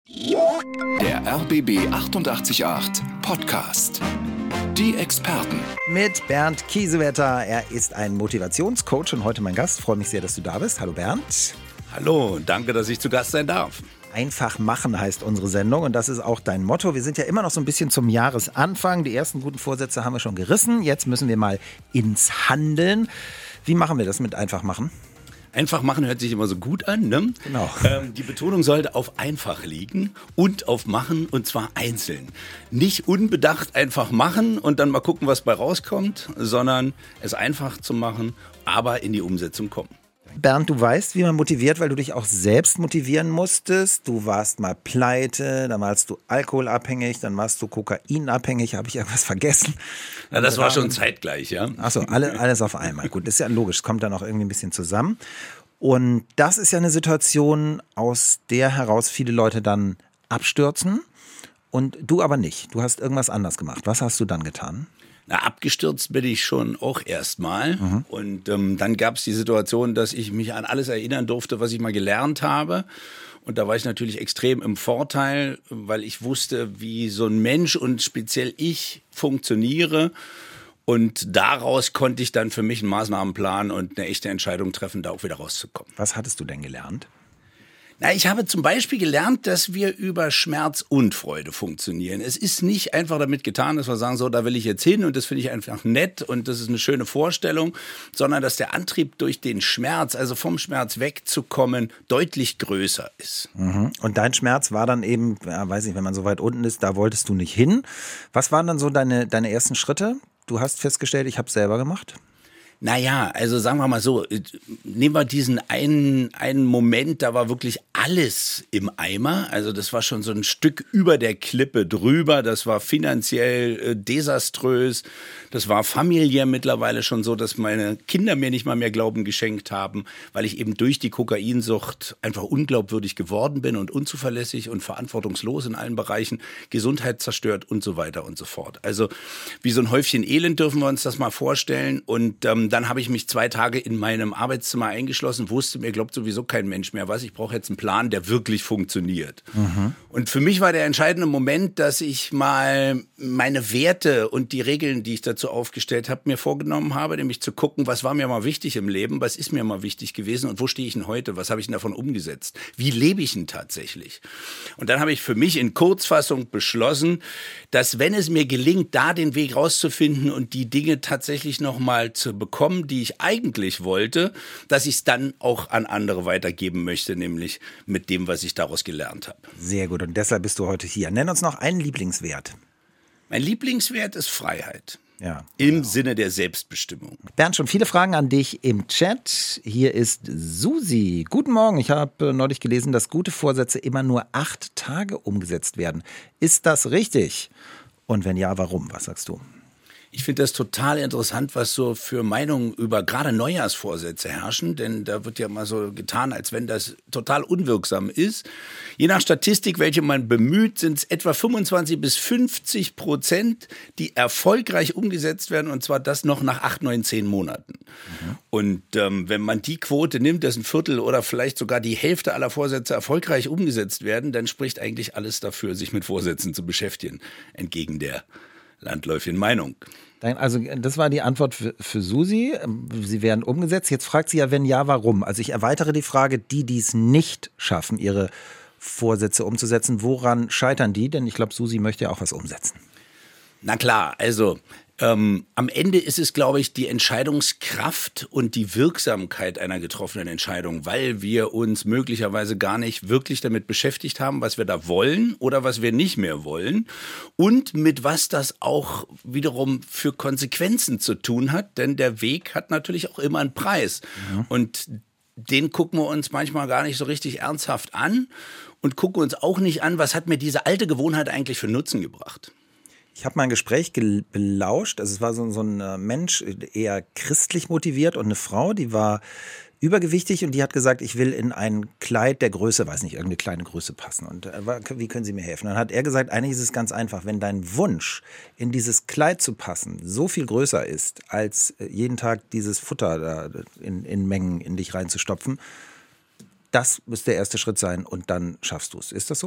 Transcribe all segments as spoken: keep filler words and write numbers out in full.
Der R B B achtundachtzig Komma acht Podcast. Die Experten. Mit Bernd Kiesewetter. Er ist ein Motivationscoach und heute mein Gast. Freue mich sehr, dass du da bist. Hallo Bernd. Hallo, danke, dass ich zu Gast sein darf. Einfach machen heißt unsere Sendung und das ist auch dein Motto. Wir sind ja immer noch so ein bisschen zum Jahresanfang. Die ersten guten Vorsätze haben wir schon gerissen. Jetzt müssen wir mal ins Handeln. Wie machen wir das mit einfach machen? Einfach machen hört sich immer so gut an, ne? Genau. Ähm, die Betonung sollte auf einfach liegen und auf machen und zwar einzeln. Nicht unbedacht einfach machen und dann mal gucken, was bei rauskommt, sondern es einfach zu machen, aber in die Umsetzung kommen. Bernd, du weißt, wie man motiviert, weil du dich auch selbst motivieren musstest. Du warst mal pleite, dann warst du alkoholabhängig, dann warst du kokainabhängig. Habe ich irgendwas vergessen? Na, das war schon zeitgleich, ja. Achso, alle, alles auf einmal. Gut, das ist ja logisch, es kommt dann auch irgendwie ein bisschen zusammen. Und das ist ja eine Situation, aus der heraus viele Leute dann abstürzen und du aber nicht. Du hast irgendwas anders gemacht. Was hast du dann getan? Na, abgestürzt bin ich schon auch erstmal. Mhm. Und ähm, dann gab es die Situation, dass ich mich an alles erinnern durfte, was ich mal gelernt habe. Und da war ich natürlich extrem im Vorteil, weil ich wusste, wie so ein Mensch und speziell ich funktioniere. Und daraus konnte ich dann für mich einen Maßnahmenplan und eine echte Entscheidung treffen, da auch wieder rauszukommen. Was hattest du denn gelernt? Na, ich habe zum Beispiel gelernt, dass wir über Schmerz und Freude funktionieren. Es ist nicht einfach damit getan, dass wir sagen, so, da will ich jetzt hin und das finde ich einfach nett und das ist eine schöne Vorstellung, sondern dass der Antrieb durch den Schmerz, also vom Schmerz wegzukommen, deutlich größer ist. Mhm. Und dein Schmerz war dann eben, ja, weiß ich, wenn man so weit unten ist, da wolltest du nicht hin. Was waren dann so deine, deine ersten Schritte? Du hast festgestellt, ich habe es selber gemacht. Naja, also sagen wir mal so, nehmen wir diesen einen, einen Moment, da war wirklich alles im Eimer. Also das war schon so ein Stück über der Klippe drüber. Das war finanziell äh, desaströs. Das war familiär mittlerweile schon so, dass meine Kinder mir nicht mal mehr Glauben geschenkt haben, weil ich eben durch die Kokainsucht einfach unglaubwürdig geworden bin und unzuverlässig und verantwortungslos in allen Bereichen, Gesundheit zerstört und so weiter und so fort. Also wie so ein Häufchen Elend dürfen wir uns das mal vorstellen. Und ähm, dann habe ich mich zwei Tage in meinem Arbeitszimmer eingeschlossen, wusste, mir glaubt sowieso kein Mensch mehr was. Ich brauche jetzt einen Plan, der wirklich funktioniert. Mhm. Und für mich war der entscheidende Moment, dass ich mal meine Werte und die Regeln, die ich dazu aufgestellt habe, mir vorgenommen habe, nämlich zu gucken, was war mir mal wichtig im Leben, was ist mir mal wichtig gewesen und wo stehe ich denn heute, was habe ich denn davon umgesetzt, wie lebe ich denn tatsächlich? Und dann habe ich für mich in Kurzfassung beschlossen, dass wenn es mir gelingt, da den Weg rauszufinden und die Dinge tatsächlich nochmal zu bekommen, die ich eigentlich wollte, dass ich es dann auch an andere weitergeben möchte, nämlich mit dem, was ich daraus gelernt habe. Sehr gut, und deshalb bist du heute hier. Nenn uns noch einen Lieblingswert. Mein Lieblingswert ist Freiheit. Ja, Im genau. Sinne der Selbstbestimmung. Bernd, schon viele Fragen an dich im Chat. Hier ist Susi. Guten Morgen. Ich habe neulich gelesen, dass gute Vorsätze immer nur acht Tage umgesetzt werden. Ist das richtig? Und wenn ja, warum? Was sagst du? Ich finde das total interessant, was so für Meinungen über gerade Neujahrsvorsätze herrschen, denn da wird ja mal so getan, als wenn das total unwirksam ist. Je nach Statistik, welche man bemüht, sind es etwa fünfundzwanzig bis fünfzig Prozent, die erfolgreich umgesetzt werden, und zwar das noch nach acht, neun, zehn Monaten. Mhm. Und ähm, wenn man die Quote nimmt, dass ein Viertel oder vielleicht sogar die Hälfte aller Vorsätze erfolgreich umgesetzt werden, dann spricht eigentlich alles dafür, sich mit Vorsätzen zu beschäftigen, entgegen der landläufigen Meinung. Also das war die Antwort für, für Susi. Sie werden umgesetzt. Jetzt fragt sie ja, wenn ja, warum? Also ich erweitere die Frage, die, die es nicht schaffen, ihre Vorsätze umzusetzen. Woran scheitern die? Denn ich glaube, Susi möchte ja auch was umsetzen. Na klar, also ähm, am Ende ist es, glaube ich, die Entscheidungskraft und die Wirksamkeit einer getroffenen Entscheidung, weil wir uns möglicherweise gar nicht wirklich damit beschäftigt haben, was wir da wollen oder was wir nicht mehr wollen und mit was das auch wiederum für Konsequenzen zu tun hat, denn der Weg hat natürlich auch immer einen Preis. Mhm. Und den gucken wir uns manchmal gar nicht so richtig ernsthaft an und gucken uns auch nicht an, was hat mir diese alte Gewohnheit eigentlich für Nutzen gebracht. Ich habe mal ein Gespräch belauscht, also es war so, so ein Mensch, eher christlich motiviert und eine Frau, die war übergewichtig und die hat gesagt, ich will in ein Kleid der Größe, weiß nicht, irgendeine kleine Größe passen. Und äh, wie können Sie mir helfen? Dann hat er gesagt, eigentlich ist es ganz einfach, wenn dein Wunsch, in dieses Kleid zu passen, so viel größer ist, als jeden Tag dieses Futter da in, in Mengen in dich reinzustopfen, das muss der erste Schritt sein und dann schaffst du es. Ist das so?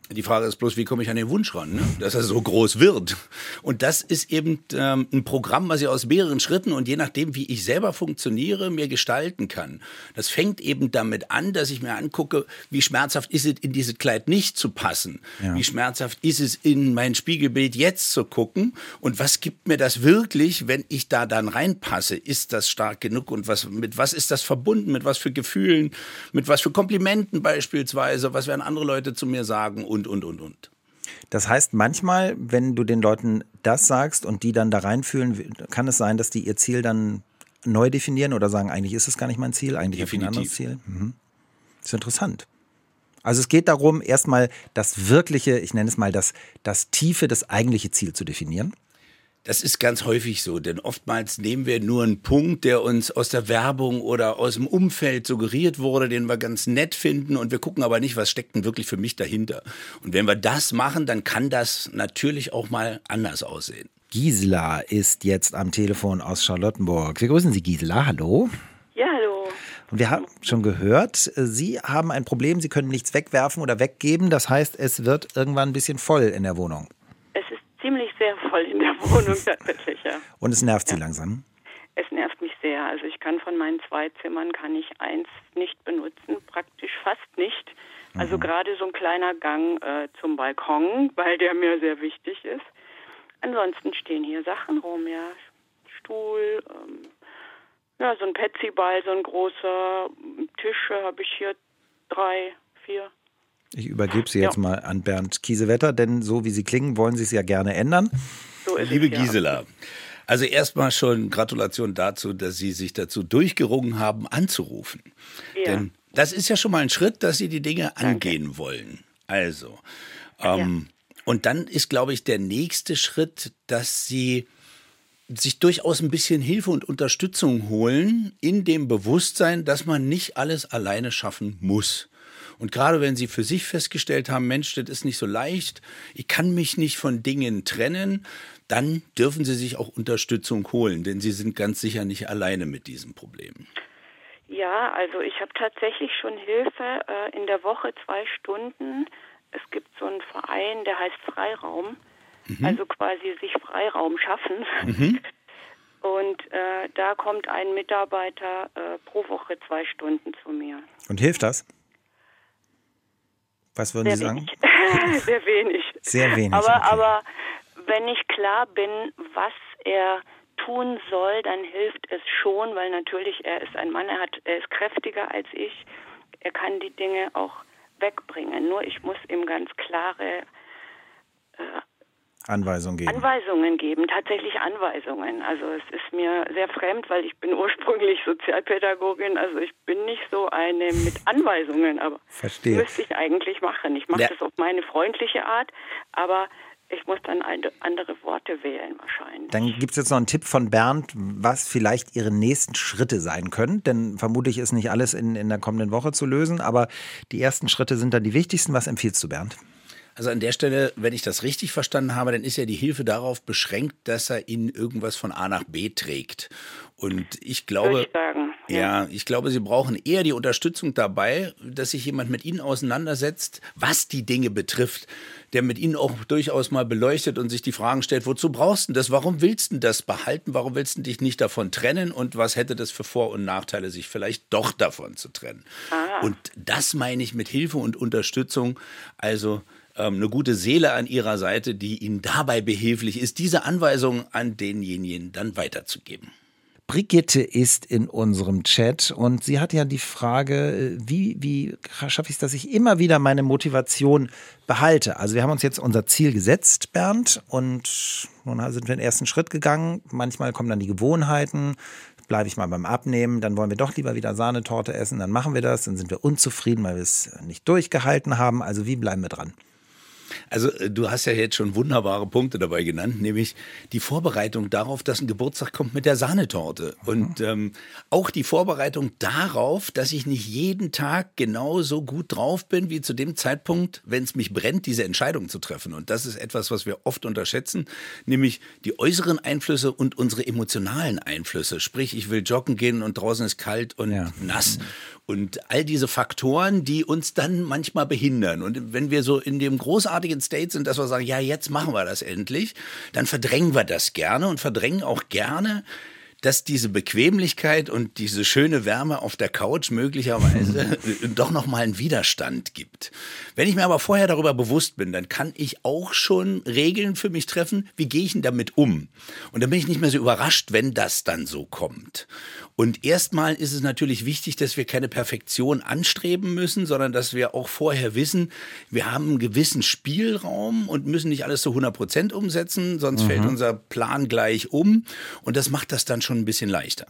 Die Frage ist bloß, wie komme ich an den Wunsch ran, ne? Dass er so groß wird. Und das ist eben ähm, ein Programm, was ich aus mehreren Schritten und je nachdem, wie ich selber funktioniere, mir gestalten kann. Das fängt eben damit an, dass ich mir angucke, wie schmerzhaft ist es, in dieses Kleid nicht zu passen. Ja. Wie schmerzhaft ist es, in mein Spiegelbild jetzt zu gucken. Und was gibt mir das wirklich, wenn ich da dann reinpasse? Ist das stark genug? Und was, mit was ist das verbunden? Mit was für Gefühlen? Mit was für Komplimenten beispielsweise? Was werden andere Leute zu mir sagen? Und, und, und, und. Das heißt, manchmal, wenn du den Leuten das sagst und die dann da reinfühlen, kann es sein, dass die ihr Ziel dann neu definieren oder sagen, eigentlich ist es gar nicht mein Ziel, eigentlich habe ich ein anderes Ziel. Mhm. Das ist interessant. Also es geht darum, erstmal das wirkliche, ich nenne es mal das, das tiefe, das eigentliche Ziel zu definieren. Das ist ganz häufig so, denn oftmals nehmen wir nur einen Punkt, der uns aus der Werbung oder aus dem Umfeld suggeriert wurde, den wir ganz nett finden und wir gucken aber nicht, was steckt denn wirklich für mich dahinter. Und wenn wir das machen, dann kann das natürlich auch mal anders aussehen. Gisela ist jetzt am Telefon aus Charlottenburg. Wir grüßen Sie, Gisela. Hallo. Ja, hallo. Und wir haben schon gehört, Sie haben ein Problem, Sie können nichts wegwerfen oder weggeben. Das heißt, es wird irgendwann ein bisschen voll in der Wohnung. Ziemlich sehr voll in der Wohnung tatsächlich, ja. Und es nervt Sie ja. langsam? Es nervt mich sehr. Also ich kann von meinen zwei Zimmern, kann ich eins nicht benutzen, praktisch fast nicht. Also mhm. gerade so ein kleiner Gang äh, zum Balkon, weil der mir sehr wichtig ist. Ansonsten stehen hier Sachen rum, ja. Stuhl, ähm, ja, so ein Petsyball, so ein großer, Tische habe ich hier drei, vier. Ich übergebe Sie jetzt ja. mal an Bernd Kiesewetter, denn so wie Sie klingen, wollen Sie es ja gerne ändern. So ist Liebe es, ja. Gisela, also erstmal schon Gratulation dazu, dass Sie sich dazu durchgerungen haben, anzurufen. Ja. Denn das ist ja schon mal ein Schritt, dass Sie die Dinge Danke. angehen wollen. Also, ähm, ja. und dann ist, glaube ich, der nächste Schritt, dass Sie sich durchaus ein bisschen Hilfe und Unterstützung holen in dem Bewusstsein, dass man nicht alles alleine schaffen muss. Und gerade wenn Sie für sich festgestellt haben, Mensch, das ist nicht so leicht, ich kann mich nicht von Dingen trennen, dann dürfen Sie sich auch Unterstützung holen, denn Sie sind ganz sicher nicht alleine mit diesem Problem. Ja, also ich habe tatsächlich schon Hilfe äh, in der Woche zwei Stunden. Es gibt so einen Verein, der heißt Freiraum, mhm. also quasi sich Freiraum schaffen. Mhm. Und äh, da kommt ein Mitarbeiter äh, pro Woche zwei Stunden zu mir. Und hilft das? Was würden Sehr Sie sagen? Wenig. Sehr wenig. Sehr wenig. Aber, okay. aber wenn ich klar bin, was er tun soll, dann hilft es schon, weil natürlich er ist ein Mann, er, hat, er ist kräftiger als ich. Er kann die Dinge auch wegbringen. Nur ich muss ihm ganz klare äh, Anweisungen geben. Anweisungen geben, tatsächlich Anweisungen. Also es ist mir sehr fremd, weil ich bin ursprünglich Sozialpädagogin, also ich bin nicht so eine mit Anweisungen, aber Verstehe. müsste ich eigentlich machen. Ich mache ja. das auf meine freundliche Art, aber ich muss dann andere Worte wählen wahrscheinlich. Dann gibt es jetzt noch einen Tipp von Bernd, was vielleicht Ihre nächsten Schritte sein können, denn vermutlich ist nicht alles in, in der kommenden Woche zu lösen, aber die ersten Schritte sind dann die wichtigsten. Was empfiehlst du, Bernd? Also an der Stelle, wenn ich das richtig verstanden habe, dann ist ja die Hilfe darauf beschränkt, dass er Ihnen irgendwas von A nach B trägt. Und ich glaube, Würde ich sagen, ja. ja, ich glaube, Sie brauchen eher die Unterstützung dabei, dass sich jemand mit Ihnen auseinandersetzt, was die Dinge betrifft, der mit Ihnen auch durchaus mal beleuchtet und sich die Fragen stellt, wozu brauchst du das? Warum willst du das behalten? Warum willst du dich nicht davon trennen? Und was hätte das für Vor- und Nachteile, sich vielleicht doch davon zu trennen? Ah. Und das meine ich mit Hilfe und Unterstützung. Also eine gute Seele an Ihrer Seite, die Ihnen dabei behilflich ist, diese Anweisungen an denjenigen dann weiterzugeben. Brigitte ist in unserem Chat und sie hat ja die Frage, wie, wie schaffe ich es, dass ich immer wieder meine Motivation behalte? Also wir haben uns jetzt unser Ziel gesetzt, Bernd, und nun sind wir den ersten Schritt gegangen. Manchmal kommen dann die Gewohnheiten, bleibe ich mal beim Abnehmen, dann wollen wir doch lieber wieder Sahnetorte essen, dann machen wir das, dann sind wir unzufrieden, weil wir es nicht durchgehalten haben. Also wie bleiben wir dran? Also du hast ja jetzt schon wunderbare Punkte dabei genannt, nämlich die Vorbereitung darauf, dass ein Geburtstag kommt mit der Sahnetorte. Mhm. Und ähm, auch die Vorbereitung darauf, dass ich nicht jeden Tag genauso gut drauf bin, wie zu dem Zeitpunkt, wenn es mich brennt, diese Entscheidung zu treffen. Und das ist etwas, was wir oft unterschätzen, nämlich die äußeren Einflüsse und unsere emotionalen Einflüsse. Sprich, ich will joggen gehen und draußen ist kalt und ja. nass. Und all diese Faktoren, die uns dann manchmal behindern. Und wenn wir so in dem großartigen State sind, dass wir sagen, ja, jetzt machen wir das endlich, dann verdrängen wir das gerne und verdrängen auch gerne, dass diese Bequemlichkeit und diese schöne Wärme auf der Couch möglicherweise doch nochmal einen Widerstand gibt. Wenn ich mir aber vorher darüber bewusst bin, dann kann ich auch schon Regeln für mich treffen, wie gehe ich denn damit um? Und dann bin ich nicht mehr so überrascht, wenn das dann so kommt. Und erstmal ist es natürlich wichtig, dass wir keine Perfektion anstreben müssen, sondern dass wir auch vorher wissen, wir haben einen gewissen Spielraum und müssen nicht alles zu hundert Prozent umsetzen, sonst mhm. fällt unser Plan gleich um. Und das macht das dann schon ein bisschen leichter.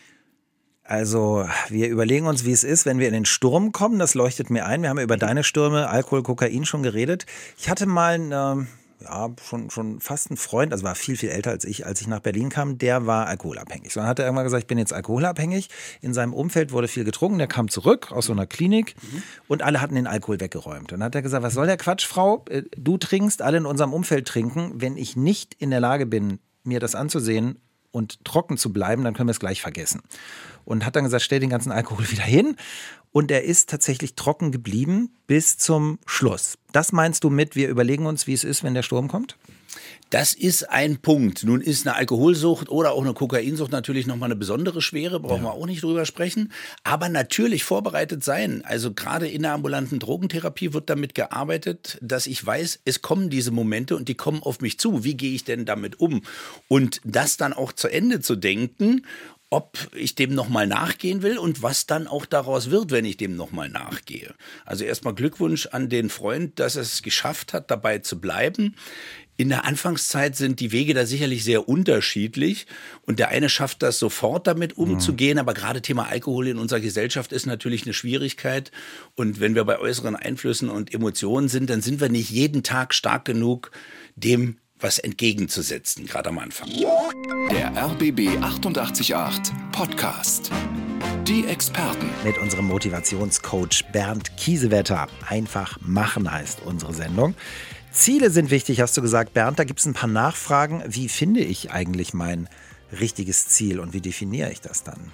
Also wir überlegen uns, wie es ist, wenn wir in den Sturm kommen. Das leuchtet mir ein. Wir haben ja über deine Stürme, Alkohol, Kokain schon geredet. Ich hatte mal eine, ja, schon, schon fast einen Freund, also war viel, viel älter als ich, als ich nach Berlin kam, der war alkoholabhängig. So, dann hat er irgendwann gesagt, ich bin jetzt alkoholabhängig. In seinem Umfeld wurde viel getrunken. Der kam zurück aus so einer Klinik mhm. und alle hatten den Alkohol weggeräumt. Und dann hat er gesagt, was soll der Quatsch, Frau? Du trinkst, alle in unserem Umfeld trinken. Wenn ich nicht in der Lage bin, mir das anzusehen und trocken zu bleiben, dann können wir es gleich vergessen. Und hat dann gesagt, stell den ganzen Alkohol wieder hin. Und er ist tatsächlich trocken geblieben bis zum Schluss. Das meinst du mit, wir überlegen uns, wie es ist, wenn der Sturm kommt? Das ist ein Punkt. Nun ist eine Alkoholsucht oder auch eine Kokainsucht natürlich nochmal eine besondere Schwere, brauchen ja. wir auch nicht drüber sprechen. Aber natürlich vorbereitet sein. Also gerade in der ambulanten Drogentherapie wird damit gearbeitet, dass ich weiß, es kommen diese Momente und die kommen auf mich zu. Wie gehe ich denn damit um? Und das dann auch zu Ende zu denken, ob ich dem nochmal nachgehen will und was dann auch daraus wird, wenn ich dem nochmal nachgehe. Also erstmal Glückwunsch an den Freund, dass er es geschafft hat, dabei zu bleiben. In der Anfangszeit sind die Wege da sicherlich sehr unterschiedlich und der eine schafft das sofort damit umzugehen, mhm. aber gerade Thema Alkohol in unserer Gesellschaft ist natürlich eine Schwierigkeit und wenn wir bei äußeren Einflüssen und Emotionen sind, dann sind wir nicht jeden Tag stark genug, dem was entgegenzusetzen, gerade am Anfang. Der R B B achtundachtzig Komma acht Podcast. Die Experten. Mit unserem Motivationscoach Bernd Kiesewetter. Einfach machen heißt unsere Sendung. Ziele sind wichtig, hast du gesagt, Bernd. Da gibt es ein paar Nachfragen. Wie finde ich eigentlich mein richtiges Ziel und wie definiere ich das dann?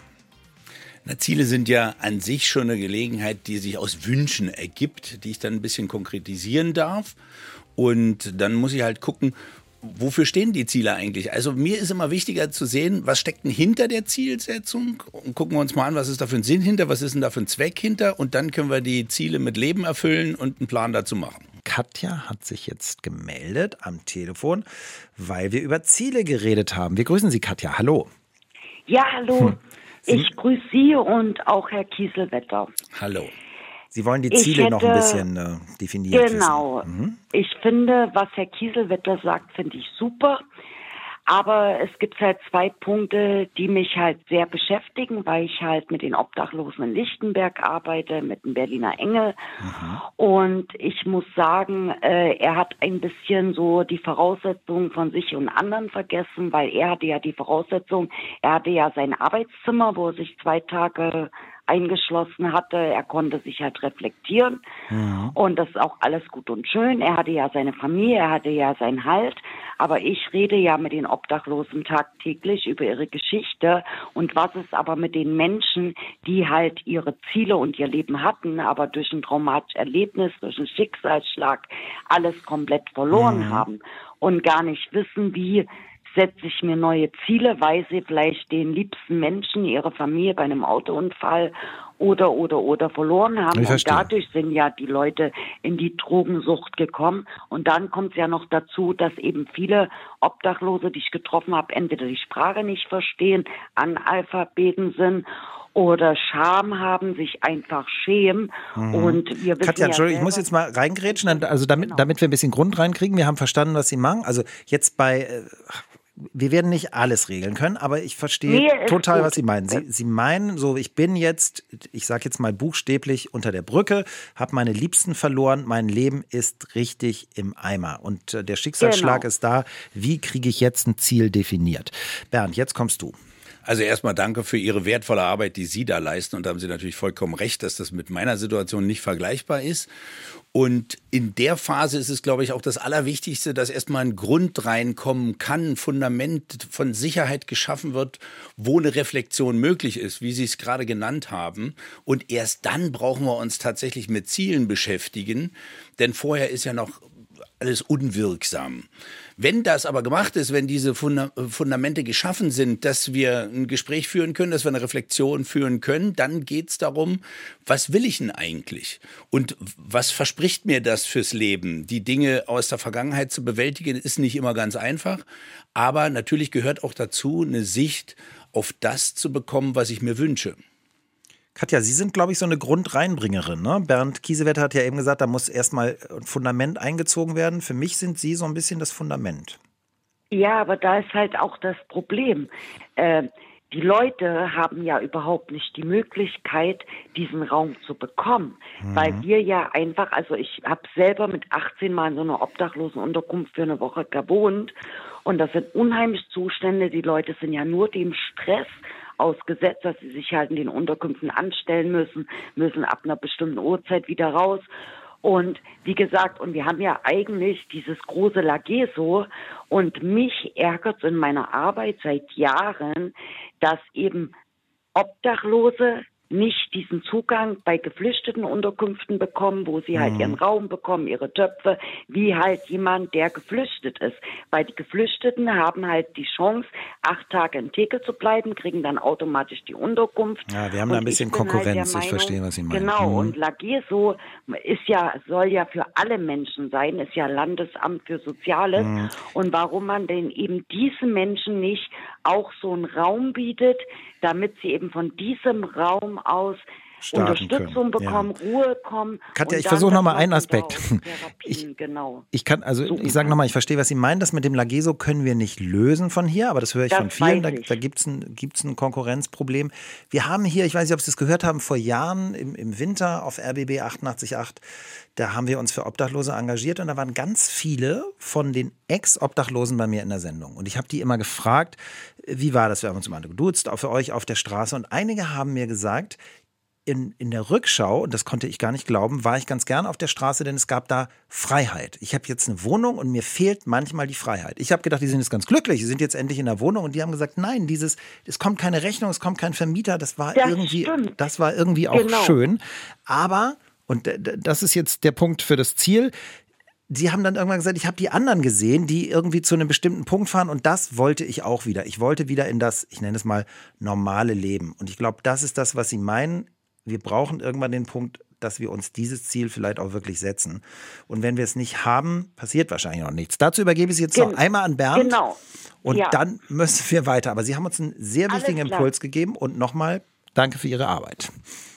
Na, Ziele sind ja an sich schon eine Gelegenheit, die sich aus Wünschen ergibt, die ich dann ein bisschen konkretisieren darf. Und dann muss ich halt gucken, wofür stehen die Ziele eigentlich? Also mir ist immer wichtiger zu sehen, was steckt denn hinter der Zielsetzung? Und gucken wir uns mal an, was ist da für ein Sinn hinter, was ist denn da für ein Zweck hinter? Und dann können wir die Ziele mit Leben erfüllen und einen Plan dazu machen. Katja hat sich jetzt gemeldet am Telefon, weil wir über Ziele geredet haben. Wir grüßen Sie, Katja. Hallo. Ja, hallo. Hm. Ich grüße Sie und auch Herr Kiesewetter. Hallo. Sie wollen die Ziele hätte, noch ein bisschen äh, definieren. Genau. Mhm. Ich finde, was Herr Kiesewetter sagt, finde ich super. Aber es gibt halt zwei Punkte, die mich halt sehr beschäftigen, weil ich halt mit den Obdachlosen in Lichtenberg arbeite, mit dem Berliner Engel. Mhm. Und ich muss sagen, äh, er hat ein bisschen so die Voraussetzungen von sich und anderen vergessen, weil er hatte ja die Voraussetzung, er hatte ja sein Arbeitszimmer, wo er sich zwei Tage eingeschlossen hatte. Er konnte sich halt reflektieren. Ja. Und das ist auch alles gut und schön. Er hatte ja seine Familie, er hatte ja seinen Halt. Aber ich rede ja mit den Obdachlosen tagtäglich über ihre Geschichte. Und was ist aber mit den Menschen, die halt ihre Ziele und ihr Leben hatten, aber durch ein traumatisches Erlebnis, durch einen Schicksalsschlag alles komplett verloren ja. haben und gar nicht wissen, wie setze ich mir neue Ziele, weil sie vielleicht den liebsten Menschen, ihre Familie bei einem Autounfall oder, oder, oder verloren haben. Und dadurch sind ja die Leute in die Drogensucht gekommen. Und dann kommt es ja noch dazu, dass eben viele Obdachlose, die ich getroffen habe, entweder die Sprache nicht verstehen, Analphabeten sind oder Scham haben, sich einfach schämen. Mhm. Und wir wissen Katja, ja Entschuldigung, ich muss jetzt mal reingrätschen, also damit, genau. damit wir ein bisschen Grund reinkriegen. Wir haben verstanden, was Sie machen. Also jetzt bei wir werden nicht alles regeln können, aber ich verstehe Nee, total, gut. was Sie meinen. Sie, Sie meinen so, ich bin jetzt, ich sage jetzt mal buchstäblich unter der Brücke, habe meine Liebsten verloren, mein Leben ist richtig im Eimer. Und äh, der Schicksalsschlag Genau. ist da, wie kriege ich jetzt ein Ziel definiert? Bernd, jetzt kommst du. Also erstmal danke für Ihre wertvolle Arbeit, die Sie da leisten. Und da haben Sie natürlich vollkommen recht, dass das mit meiner Situation nicht vergleichbar ist. Und in der Phase ist es, glaube ich, auch das Allerwichtigste, dass erstmal ein Grund reinkommen kann, ein Fundament von Sicherheit geschaffen wird, wo eine Reflexion möglich ist, wie Sie es gerade genannt haben. Und erst dann brauchen wir uns tatsächlich mit Zielen beschäftigen, denn vorher ist ja noch alles unwirksam. Wenn das aber gemacht ist, wenn diese Funda- Fundamente geschaffen sind, dass wir ein Gespräch führen können, dass wir eine Reflexion führen können, dann geht es darum, was will ich denn eigentlich? Und was verspricht mir das fürs Leben? Die Dinge aus der Vergangenheit zu bewältigen, ist nicht immer ganz einfach, aber natürlich gehört auch dazu, eine Sicht auf das zu bekommen, was ich mir wünsche. Katja, Sie sind, glaube ich, so eine Grundreinbringerin. Ne? Bernd Kiesewetter hat ja eben gesagt, da muss erstmal ein Fundament eingezogen werden. Für mich sind Sie so ein bisschen das Fundament. Ja, aber da ist halt auch das Problem. Äh, die Leute haben ja überhaupt nicht die Möglichkeit, diesen Raum zu bekommen. Mhm. Weil wir ja einfach, also ich habe selber mit achtzehn Mal in so einer Obdachlosenunterkunft für eine Woche gewohnt. Und das sind unheimlich Zustände. Die Leute sind ja nur dem Stress ausgesetzt, dass sie sich halt in den Unterkünften anstellen müssen, müssen ab einer bestimmten Uhrzeit wieder raus. Und wie gesagt, und wir haben ja eigentlich dieses große Lageso und mich ärgert es in meiner Arbeit seit Jahren, dass eben Obdachlose nicht diesen Zugang bei geflüchteten Unterkünften bekommen, wo sie halt ihren Raum bekommen, ihre Töpfe, wie halt jemand, der geflüchtet ist. Weil die Geflüchteten haben halt die Chance, acht Tage in Tekel zu bleiben, kriegen dann automatisch die Unterkunft. Ja, wir haben und da ein bisschen ich bin Konkurrenz, halt der ich Meinung, verstehe, was Sie meinen. Genau, Mhm. und Lageso ist ja, soll ja für alle Menschen sein, ist ja Landesamt für Soziales. Mhm. Und warum man denn eben diesen Menschen nicht auch so einen Raum bietet, damit sie eben von diesem Raum aus Starten Unterstützung können, bekommen, ja. Ruhe kommen. Katja, und ich dann versuche nochmal das einen man Aspekt. da auch Ich, Therapien, genau. ich kann, also suchen ich sage kann. nochmal, ich verstehe, was Sie meinen. Das mit dem Lageso können wir nicht lösen von hier, aber das höre ich Das von vielen. Da, weiß ich. da gibt es ein, gibt's ein Konkurrenzproblem. Wir haben hier, ich weiß nicht, ob Sie es gehört haben, vor Jahren im, im Winter auf R B B achtundachtzig Komma acht, da haben wir uns für Obdachlose engagiert und da waren ganz viele von den Ex-Obdachlosen bei mir in der Sendung. Und ich habe die immer gefragt, wie war das? Wir haben uns immer geduzt, auch für euch auf der Straße. Und einige haben mir gesagt, In, in der Rückschau, und das konnte ich gar nicht glauben, war ich ganz gern auf der Straße, denn es gab da Freiheit. Ich habe jetzt eine Wohnung und mir fehlt manchmal die Freiheit. Ich habe gedacht, die sind jetzt ganz glücklich, sie sind jetzt endlich in der Wohnung und die haben gesagt, nein, dieses, es kommt keine Rechnung, es kommt kein Vermieter, das war Das irgendwie, stimmt. das war irgendwie auch Genau. schön. Aber, und d- d- das ist jetzt der Punkt für das Ziel, Sie haben dann irgendwann gesagt, ich habe die anderen gesehen, die irgendwie zu einem bestimmten Punkt fahren und das wollte ich auch wieder. Ich wollte wieder in das, ich nenne es mal, normale Leben. Und ich glaube, das ist das, was Sie meinen. Wir brauchen irgendwann den Punkt, dass wir uns dieses Ziel vielleicht auch wirklich setzen. Und wenn wir es nicht haben, passiert wahrscheinlich noch nichts. Dazu übergebe ich es jetzt Gen- noch einmal an Bernd. Genau. Und Ja. dann müssen wir weiter. Aber Sie haben uns einen sehr Alles wichtigen klar. Impuls gegeben. Und nochmal, danke für Ihre Arbeit.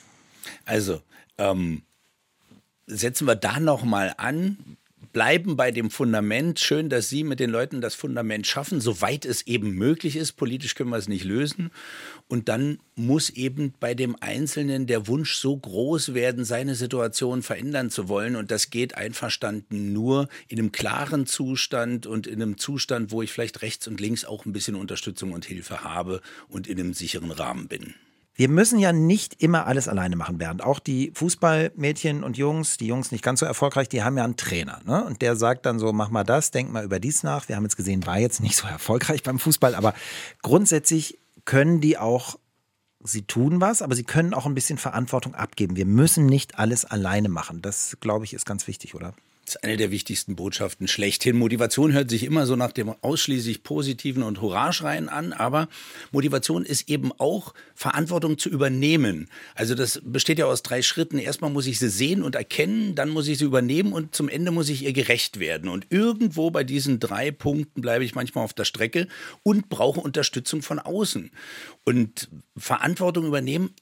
Also, ähm, setzen wir da nochmal an, bleiben bei dem Fundament. Schön, dass Sie mit den Leuten das Fundament schaffen, soweit es eben möglich ist. Politisch können wir es nicht lösen. Und dann muss eben bei dem Einzelnen der Wunsch so groß werden, seine Situation verändern zu wollen. Und das geht einverstanden nur in einem klaren Zustand und in einem Zustand, wo ich vielleicht rechts und links auch ein bisschen Unterstützung und Hilfe habe und in einem sicheren Rahmen bin. Wir müssen ja nicht immer alles alleine machen, Bernd. Auch die Fußballmädchen und Jungs, die Jungs nicht ganz so erfolgreich, die haben ja einen Trainer. Ne? Und der sagt dann so, mach mal das, denk mal über dies nach. Wir haben jetzt gesehen, war jetzt nicht so erfolgreich beim Fußball, aber grundsätzlich können die auch, sie tun was, aber sie können auch ein bisschen Verantwortung abgeben. Wir müssen nicht alles alleine machen. Das, glaube ich, ist ganz wichtig, oder? Das ist eine der wichtigsten Botschaften schlechthin. Motivation hört sich immer so nach dem ausschließlich Positiven und Hurraschreien an, aber Motivation ist eben auch Verantwortung zu übernehmen. Also das besteht ja aus drei Schritten. Erstmal muss ich sie sehen und erkennen, dann muss ich sie übernehmen und zum Ende muss ich ihr gerecht werden. Und irgendwo bei diesen drei Punkten bleibe ich manchmal auf der Strecke und brauche Unterstützung von außen. Und Verantwortung übernehmen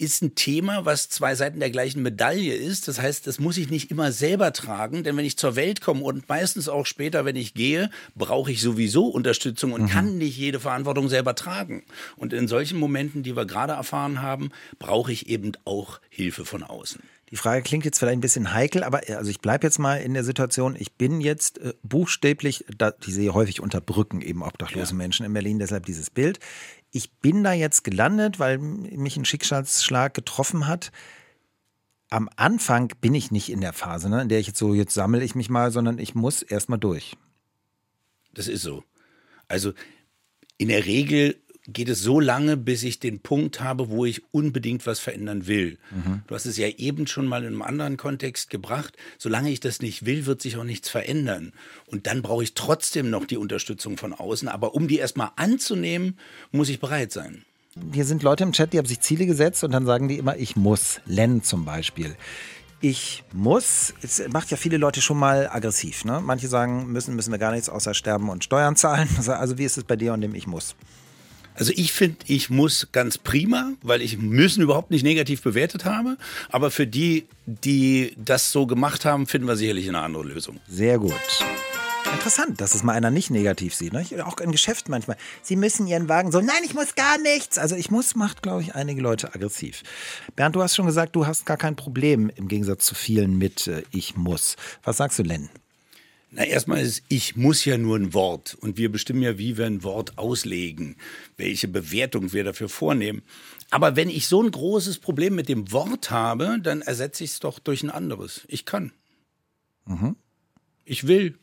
ist ein Thema, was zwei Seiten der gleichen Medaille ist. Das heißt, das muss ich nicht immer selber tragen, denn wenn ich zur Welt komme und meistens auch später, wenn ich gehe, brauche ich sowieso Unterstützung und mhm. kann nicht jede Verantwortung selber tragen. Und in solchen Momenten, die wir gerade erfahren haben, brauche ich eben auch Hilfe von außen. Die Frage klingt jetzt vielleicht ein bisschen heikel, aber also ich bleibe jetzt mal in der Situation, ich bin jetzt äh, buchstäblich, da, ich sehe häufig unter Brücken eben obdachlose ja. Menschen in Berlin, deshalb dieses Bild. Ich bin da jetzt gelandet, weil mich ein Schicksalsschlag getroffen hat. Am Anfang bin ich nicht in der Phase, ne, in der ich jetzt so, jetzt sammle ich mich mal, sondern ich muss erst mal durch. Das ist so. Also in der Regel geht es so lange, bis ich den Punkt habe, wo ich unbedingt was verändern will. Mhm. Du hast es ja eben schon mal in einem anderen Kontext gebracht. Solange ich das nicht will, wird sich auch nichts verändern. Und dann brauche ich trotzdem noch die Unterstützung von außen. Aber um die erstmal anzunehmen, muss ich bereit sein. Hier sind Leute im Chat, die haben sich Ziele gesetzt und dann sagen die immer, ich muss. Len zum Beispiel. Ich muss, es macht ja viele Leute schon mal aggressiv. Ne? Manche sagen, müssen, müssen wir gar nichts außer sterben und Steuern zahlen. Also wie ist es bei dir und dem Ich muss? Also ich finde, ich muss ganz prima, weil ich müssen überhaupt nicht negativ bewertet habe. Aber für die, die das so gemacht haben, finden wir sicherlich eine andere Lösung. Sehr gut. Interessant, dass es mal einer nicht negativ sieht. Ne? Auch in Geschäften manchmal. Sie müssen Ihren Wagen so, nein, ich muss gar nichts. Also ich muss, macht, glaube ich, einige Leute aggressiv. Bernd, du hast schon gesagt, du hast gar kein Problem im Gegensatz zu vielen mit äh, ich muss. Was sagst du, Len? Na, erstmal ist ich muss ja nur ein Wort und wir bestimmen ja, wie wir ein Wort auslegen, welche Bewertung wir dafür vornehmen. Aber wenn ich so ein großes Problem mit dem Wort habe, dann ersetze ich es doch durch ein anderes. Ich kann. Mhm. Ich will.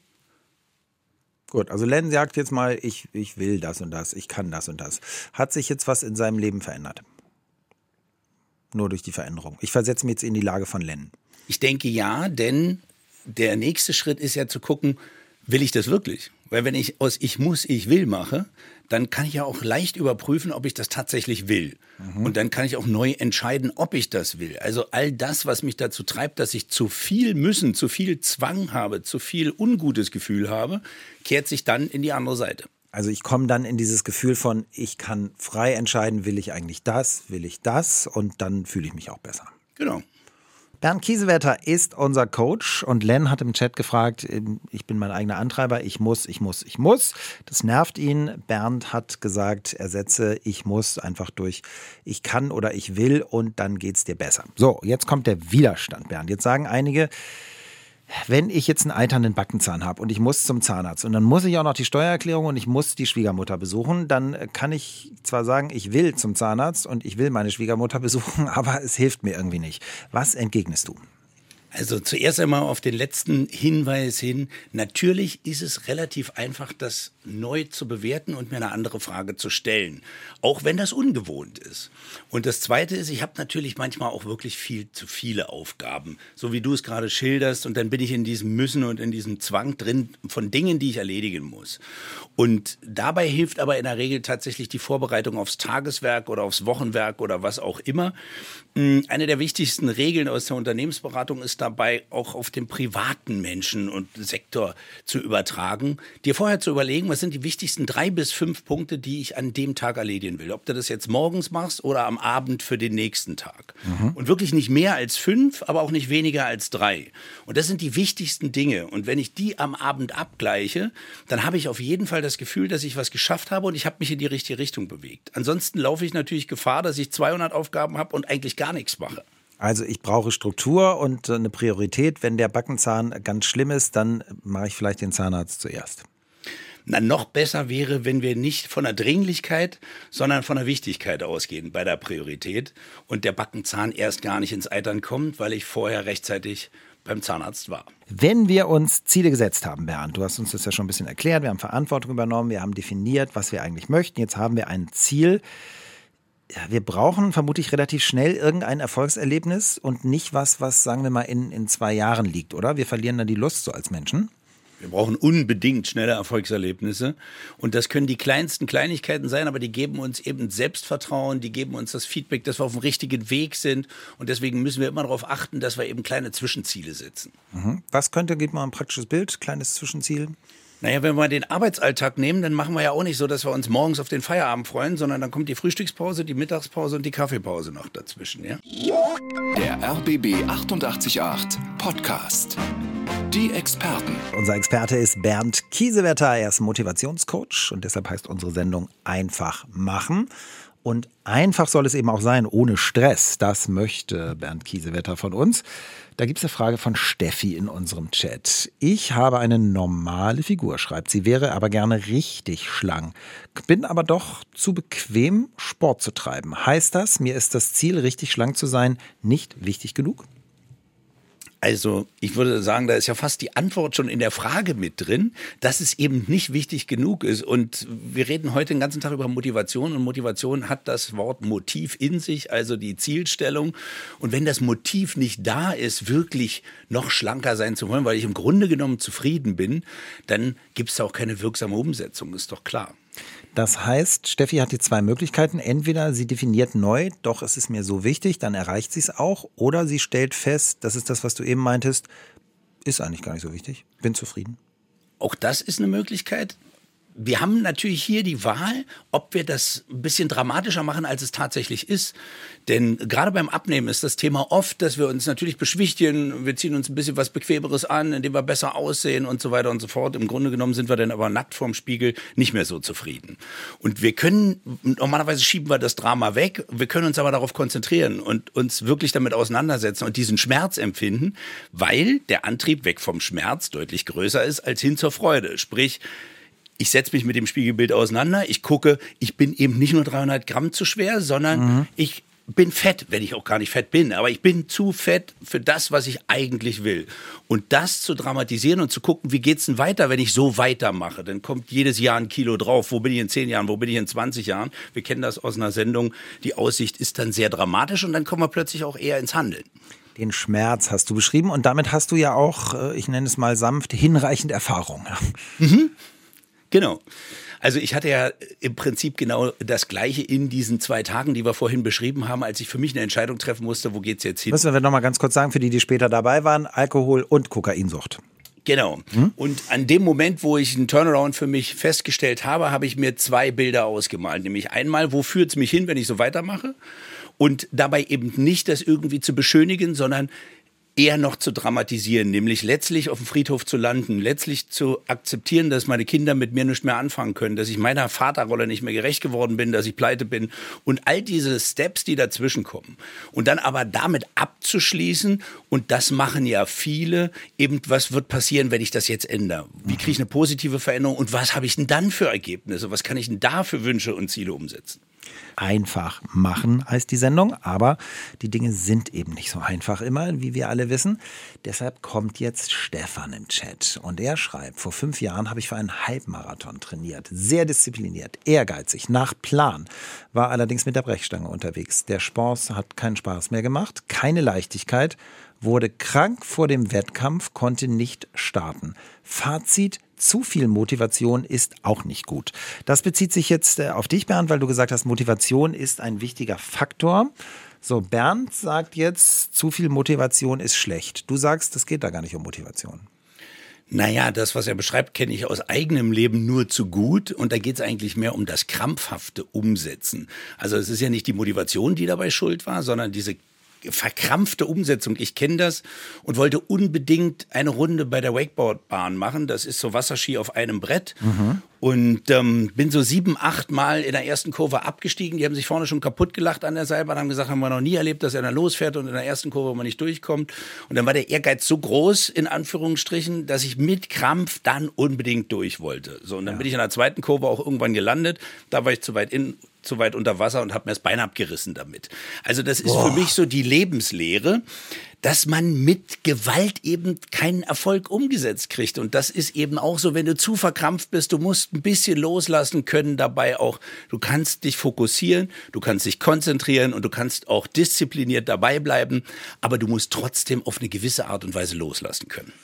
Gut, also Len sagt jetzt mal, ich, ich will das und das, ich kann das und das. Hat sich jetzt was in seinem Leben verändert? Nur durch die Veränderung. Ich versetze mich jetzt in die Lage von Len. Ich denke ja, denn der nächste Schritt ist ja zu gucken, will ich das wirklich? Weil wenn ich aus ich muss, ich will mache, dann kann ich ja auch leicht überprüfen, ob ich das tatsächlich will. Mhm. Und dann kann ich auch neu entscheiden, ob ich das will. Also all das, was mich dazu treibt, dass ich zu viel müssen, zu viel Zwang habe, zu viel ungutes Gefühl habe, kehrt sich dann in die andere Seite. Also ich komme dann in dieses Gefühl von, ich kann frei entscheiden, will ich eigentlich das, will ich das und dann fühle ich mich auch besser. Genau. Bernd Kiesewetter ist unser Coach und Len hat im Chat gefragt, ich bin mein eigener Antreiber, ich muss, ich muss, ich muss. Das nervt ihn. Bernd hat gesagt, ersetze ich muss einfach durch ich kann oder ich will und dann geht's dir besser. So, jetzt kommt der Widerstand, Bernd. Jetzt sagen einige, wenn ich jetzt einen eiternden Backenzahn habe und ich muss zum Zahnarzt und dann muss ich auch noch die Steuererklärung und ich muss die Schwiegermutter besuchen, dann kann ich zwar sagen, ich will zum Zahnarzt und ich will meine Schwiegermutter besuchen, aber es hilft mir irgendwie nicht. Was entgegnest du? Also zuerst einmal auf den letzten Hinweis hin. Natürlich ist es relativ einfach, das neu zu bewerten und mir eine andere Frage zu stellen. Auch wenn das ungewohnt ist. Und das Zweite ist, ich habe natürlich manchmal auch wirklich viel zu viele Aufgaben. So wie du es gerade schilderst. Und dann bin ich in diesem Müssen und in diesem Zwang drin von Dingen, die ich erledigen muss. Und dabei hilft aber in der Regel tatsächlich die Vorbereitung aufs Tageswerk oder aufs Wochenwerk oder was auch immer. Eine der wichtigsten Regeln aus der Unternehmensberatung ist dabei auch auf den privaten Menschen und Sektor zu übertragen, dir vorher zu überlegen, was sind die wichtigsten drei bis fünf Punkte, die ich an dem Tag erledigen will. Ob du das jetzt morgens machst oder am Abend für den nächsten Tag. Mhm. Und wirklich nicht mehr als fünf, aber auch nicht weniger als drei. Und das sind die wichtigsten Dinge. Und wenn ich die am Abend abgleiche, dann habe ich auf jeden Fall das Gefühl, dass ich was geschafft habe und ich habe mich in die richtige Richtung bewegt. Ansonsten laufe ich natürlich Gefahr, dass ich zweihundert Aufgaben habe und eigentlich gar nichts mache. Also ich brauche Struktur und eine Priorität. Wenn der Backenzahn ganz schlimm ist, dann mache ich vielleicht den Zahnarzt zuerst. Na, noch besser wäre, wenn wir nicht von der Dringlichkeit, sondern von der Wichtigkeit ausgehen bei der Priorität und der Backenzahn erst gar nicht ins Eitern kommt, weil ich vorher rechtzeitig beim Zahnarzt war. Wenn wir uns Ziele gesetzt haben, Bernd, du hast uns das ja schon ein bisschen erklärt, wir haben Verantwortung übernommen, wir haben definiert, was wir eigentlich möchten, jetzt haben wir ein Ziel. Ja, wir brauchen vermutlich relativ schnell irgendein Erfolgserlebnis und nicht was, was, sagen wir mal, in, in zwei Jahren liegt, oder? Wir verlieren dann die Lust so als Menschen. Wir brauchen unbedingt schnelle Erfolgserlebnisse und das können die kleinsten Kleinigkeiten sein, aber die geben uns eben Selbstvertrauen, die geben uns das Feedback, dass wir auf dem richtigen Weg sind und deswegen müssen wir immer darauf achten, dass wir eben kleine Zwischenziele setzen. Mhm. Was könnte, gib mal ein praktisches Bild, kleines Zwischenziel? Naja, wenn wir den Arbeitsalltag nehmen, dann machen wir ja auch nicht so, dass wir uns morgens auf den Feierabend freuen, sondern dann kommt die Frühstückspause, die Mittagspause und die Kaffeepause noch dazwischen, ja? Der R B B achtundachtzig Komma acht Podcast. Die Experten. Unser Experte ist Bernd Kiesewetter. Er ist Motivationscoach und deshalb heißt unsere Sendung Einfach machen. Und einfach soll es eben auch sein, ohne Stress. Das möchte Bernd Kiesewetter von uns. Da gibt es eine Frage von Steffi in unserem Chat. Ich habe eine normale Figur, schreibt sie, wäre aber gerne richtig schlank. Bin aber doch zu bequem, Sport zu treiben. Heißt das, mir ist das Ziel, richtig schlank zu sein, nicht wichtig genug? Also ich würde sagen, da ist ja fast die Antwort schon in der Frage mit drin, dass es eben nicht wichtig genug ist. Und wir reden heute den ganzen Tag über Motivation und Motivation hat das Wort Motiv in sich, also die Zielstellung. Und wenn das Motiv nicht da ist, wirklich noch schlanker sein zu wollen, weil ich im Grunde genommen zufrieden bin, dann gibt es auch keine wirksame Umsetzung, ist doch klar. Das heißt, Steffi hat die zwei Möglichkeiten. Entweder sie definiert neu, doch es ist mir so wichtig, dann erreicht sie es auch. Oder sie stellt fest, das ist das, was du eben meintest, ist eigentlich gar nicht so wichtig. Bin zufrieden. Auch das ist eine Möglichkeit. Wir haben natürlich hier die Wahl, ob wir das ein bisschen dramatischer machen, als es tatsächlich ist. Denn gerade beim Abnehmen ist das Thema oft, dass wir uns natürlich beschwichtigen, wir ziehen uns ein bisschen was Bequemeres an, indem wir besser aussehen und so weiter und so fort. Im Grunde genommen sind wir dann aber nackt vorm Spiegel nicht mehr so zufrieden. Und wir können, normalerweise schieben wir das Drama weg, wir können uns aber darauf konzentrieren und uns wirklich damit auseinandersetzen und diesen Schmerz empfinden, weil der Antrieb weg vom Schmerz deutlich größer ist als hin zur Freude. Sprich, ich setze mich mit dem Spiegelbild auseinander, ich gucke, ich bin eben nicht nur dreihundert Gramm zu schwer, sondern mhm. ich bin fett, wenn ich auch gar nicht fett bin, aber ich bin zu fett für das, was ich eigentlich will. Und das zu dramatisieren und zu gucken, wie geht's denn weiter, wenn ich so weitermache? Dann kommt jedes Jahr ein Kilo drauf. Wo bin ich in zehn Jahren? Wo bin ich in zwanzig Jahren? Wir kennen das aus einer Sendung. Die Aussicht ist dann sehr dramatisch und dann kommen wir plötzlich auch eher ins Handeln. Den Schmerz hast du beschrieben und damit hast du ja auch, ich nenne es mal sanft, hinreichend Erfahrung. Mhm. Genau. Also ich hatte ja im Prinzip genau das Gleiche in diesen zwei Tagen, die wir vorhin beschrieben haben, als ich für mich eine Entscheidung treffen musste, wo geht's jetzt hin? Müssen wir noch mal ganz kurz sagen, für die, die später dabei waren, Alkohol und Kokainsucht. Genau. Hm? Und an dem Moment, wo ich einen Turnaround für mich festgestellt habe, habe ich mir zwei Bilder ausgemalt. Nämlich einmal, wo führt es mich hin, wenn ich so weitermache? Und dabei eben nicht das irgendwie zu beschönigen, sondern eher noch zu dramatisieren, nämlich letztlich auf dem Friedhof zu landen, letztlich zu akzeptieren, dass meine Kinder mit mir nicht mehr anfangen können, dass ich meiner Vaterrolle nicht mehr gerecht geworden bin, dass ich pleite bin und all diese Steps, die dazwischen kommen. Und dann aber damit abzuschließen, und das machen ja viele, eben was wird passieren, wenn ich das jetzt ändere? Wie kriege ich eine positive Veränderung und was habe ich denn dann für Ergebnisse? Was kann ich denn da für Wünsche und Ziele umsetzen? Einfach machen heißt die Sendung, aber die Dinge sind eben nicht so einfach immer, wie wir alle wissen. Deshalb kommt jetzt Stefan im Chat und er schreibt, vor fünf Jahren habe ich für einen Halbmarathon trainiert, sehr diszipliniert, ehrgeizig, nach Plan, war allerdings mit der Brechstange unterwegs. Der Sport hat keinen Spaß mehr gemacht, keine Leichtigkeit, wurde krank vor dem Wettkampf, konnte nicht starten. Fazit: Zu viel Motivation ist auch nicht gut. Das bezieht sich jetzt auf dich, Bernd, weil du gesagt hast, Motivation ist ein wichtiger Faktor. So, Bernd sagt jetzt, zu viel Motivation ist schlecht. Du sagst, es geht da gar nicht um Motivation. Naja, das, was er beschreibt, kenne ich aus eigenem Leben nur zu gut. Und da geht es eigentlich mehr um das krampfhafte Umsetzen. Also es ist ja nicht die Motivation, die dabei schuld war, sondern diese verkrampfte Umsetzung. Ich kenne das und wollte unbedingt eine Runde bei der Wakeboardbahn machen. Das ist so Wasserski auf einem Brett. Mhm. Und ähm, bin so sieben, acht Mal in der ersten Kurve abgestiegen. Die haben sich vorne schon kaputt gelacht an der Seilbahn, haben gesagt, haben wir noch nie erlebt, dass er dann losfährt und in der ersten Kurve man nicht durchkommt. Und dann war der Ehrgeiz so groß, in Anführungsstrichen, dass ich mit Krampf dann unbedingt durch wollte. So, und dann ja. bin ich in der zweiten Kurve auch irgendwann gelandet. Da war ich zu weit in zu weit unter Wasser und habe mir das Bein abgerissen damit. Also das ist Boah. für mich so die Lebenslehre, dass man mit Gewalt eben keinen Erfolg umgesetzt kriegt. Und das ist eben auch so, wenn du zu verkrampft bist, du musst ein bisschen loslassen können dabei auch. Du kannst dich fokussieren, du kannst dich konzentrieren und du kannst auch diszipliniert dabei bleiben, aber du musst trotzdem auf eine gewisse Art und Weise loslassen können.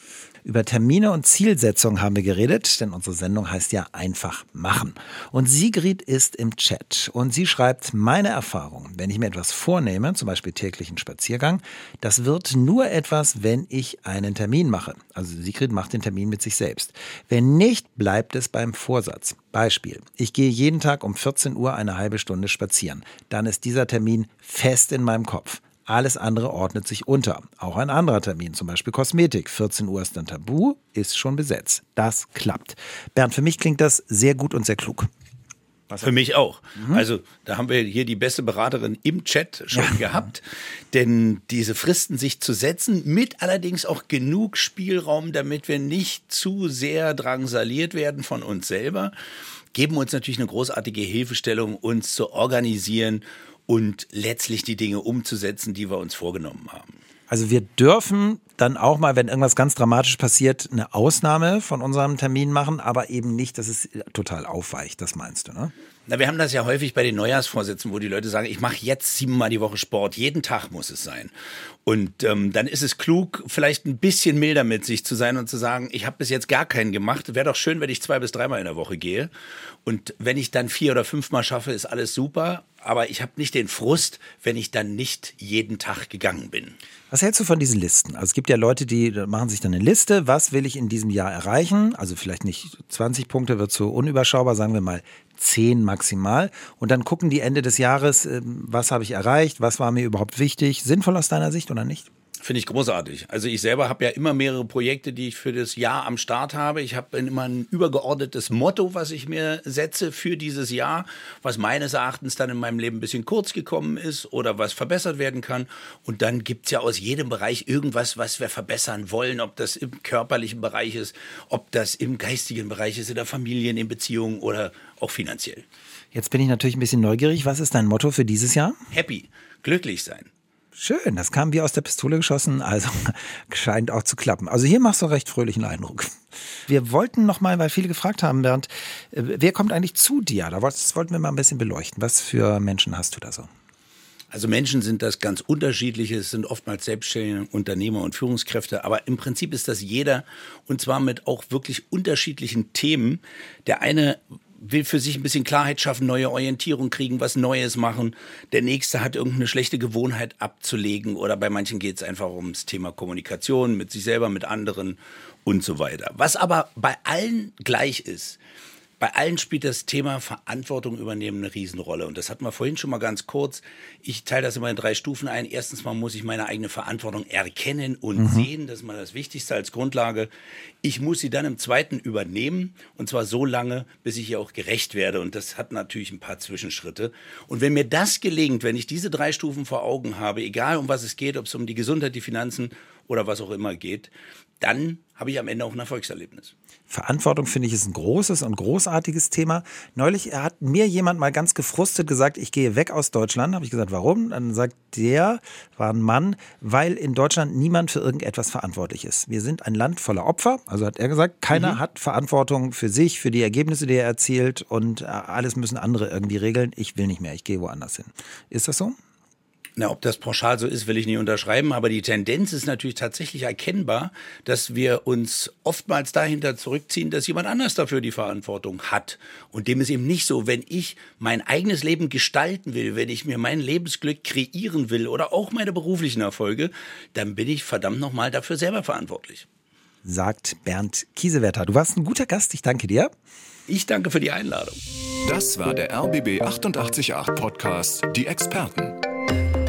Über Termine und Zielsetzung haben wir geredet, denn unsere Sendung heißt ja einfach machen. Und Sigrid ist im Chat und sie schreibt, meine Erfahrung, wenn ich mir etwas vornehme, zum Beispiel täglichen Spaziergang, das wird nur etwas, wenn ich einen Termin mache. Also Sigrid macht den Termin mit sich selbst. Wenn nicht, bleibt es beim Vorsatz. Beispiel, ich gehe jeden Tag um vierzehn Uhr eine halbe Stunde spazieren. Dann ist dieser Termin fest in meinem Kopf. Alles andere ordnet sich unter. Auch ein anderer Termin, zum Beispiel Kosmetik. vierzehn Uhr ist dann tabu, ist schon besetzt. Das klappt. Bernd, für mich klingt das sehr gut und sehr klug. Was für mich auch. Mhm. Also da haben wir hier die beste Beraterin im Chat schon ja. gehabt. Denn diese Fristen sich zu setzen, mit allerdings auch genug Spielraum, damit wir nicht zu sehr drangsaliert werden von uns selber, geben uns natürlich eine großartige Hilfestellung, uns zu organisieren und letztlich die Dinge umzusetzen, die wir uns vorgenommen haben. Also wir dürfen dann auch mal, wenn irgendwas ganz dramatisch passiert, eine Ausnahme von unserem Termin machen, aber eben nicht, dass es total aufweicht. Das meinst du, ne? Na, wir haben das ja häufig bei den Neujahrsvorsätzen, wo die Leute sagen, ich mache jetzt siebenmal die Woche Sport, jeden Tag muss es sein. Und ähm, dann ist es klug, vielleicht ein bisschen milder mit sich zu sein und zu sagen, ich habe bis jetzt gar keinen gemacht. Wäre doch schön, wenn ich zwei bis dreimal in der Woche gehe. Und wenn ich dann vier oder fünfmal schaffe, ist alles super. Aber ich habe nicht den Frust, wenn ich dann nicht jeden Tag gegangen bin. Was hältst du von diesen Listen? Also es gibt ja Leute, die machen sich dann eine Liste, was will ich in diesem Jahr erreichen? Also vielleicht nicht zwanzig Punkte, wird so unüberschaubar, sagen wir mal zehn maximal. Und dann gucken die Ende des Jahres, was habe ich erreicht, was war mir überhaupt wichtig. Sinnvoll aus deiner Sicht oder nicht? Finde ich großartig. Also ich selber habe ja immer mehrere Projekte, die ich für das Jahr am Start habe. Ich habe immer ein übergeordnetes Motto, was ich mir setze für dieses Jahr, was meines Erachtens dann in meinem Leben ein bisschen kurz gekommen ist oder was verbessert werden kann. Und dann gibt es ja aus jedem Bereich irgendwas, was wir verbessern wollen, ob das im körperlichen Bereich ist, ob das im geistigen Bereich ist, in der Familie, in Beziehungen oder auch finanziell. Jetzt bin ich natürlich ein bisschen neugierig. Was ist dein Motto für dieses Jahr? Happy, glücklich sein. Schön, das kam wie aus der Pistole geschossen, also scheint auch zu klappen. Also hier machst du recht fröhlichen Eindruck. Wir wollten noch mal, weil viele gefragt haben, Bernd, wer kommt eigentlich zu dir? Das wollten wir mal ein bisschen beleuchten. Was für Menschen hast du da so? Also Menschen sind das ganz unterschiedliche, es sind oftmals selbstständige Unternehmer und Führungskräfte, aber im Prinzip ist das jeder und zwar mit auch wirklich unterschiedlichen Themen. Der eine will für sich ein bisschen Klarheit schaffen, neue Orientierung kriegen, was Neues machen. Der Nächste hat irgendeine schlechte Gewohnheit abzulegen oder bei manchen geht es einfach ums Thema Kommunikation mit sich selber, mit anderen und so weiter. Was aber bei allen gleich ist, bei allen spielt das Thema Verantwortung übernehmen eine Riesenrolle. Und das hatten wir vorhin schon mal ganz kurz. Ich teile das immer in drei Stufen ein. Erstens mal muss ich meine eigene Verantwortung erkennen und mhm. sehen. Das ist mal das Wichtigste als Grundlage. Ich muss sie dann im Zweiten übernehmen. Und zwar so lange, bis ich ihr auch gerecht werde. Und das hat natürlich ein paar Zwischenschritte. Und wenn mir das gelingt, wenn ich diese drei Stufen vor Augen habe, egal um was es geht, ob es um die Gesundheit, die Finanzen oder was auch immer geht, dann habe ich am Ende auch ein Erfolgserlebnis. Verantwortung, finde ich, ist ein großes und großartiges Thema. Neulich hat mir jemand mal ganz gefrustet gesagt, ich gehe weg aus Deutschland. Habe ich gesagt, warum? Dann sagt der, war ein Mann, weil in Deutschland niemand für irgendetwas verantwortlich ist. Wir sind ein Land voller Opfer. Also hat er gesagt, keiner mhm. hat Verantwortung für sich, für die Ergebnisse, die er erzielt und alles müssen andere irgendwie regeln. Ich will nicht mehr, ich gehe woanders hin. Ist das so? Na, ob das pauschal so ist, will ich nicht unterschreiben, aber die Tendenz ist natürlich tatsächlich erkennbar, dass wir uns oftmals dahinter zurückziehen, dass jemand anders dafür die Verantwortung hat. Und dem ist eben nicht so, wenn ich mein eigenes Leben gestalten will, wenn ich mir mein Lebensglück kreieren will oder auch meine beruflichen Erfolge, dann bin ich verdammt nochmal dafür selber verantwortlich. Sagt Bernd Kiesewetter. Du warst ein guter Gast, ich danke dir. Ich danke für die Einladung. Das war der R B B achtundachtzig Komma acht Podcast Die Experten.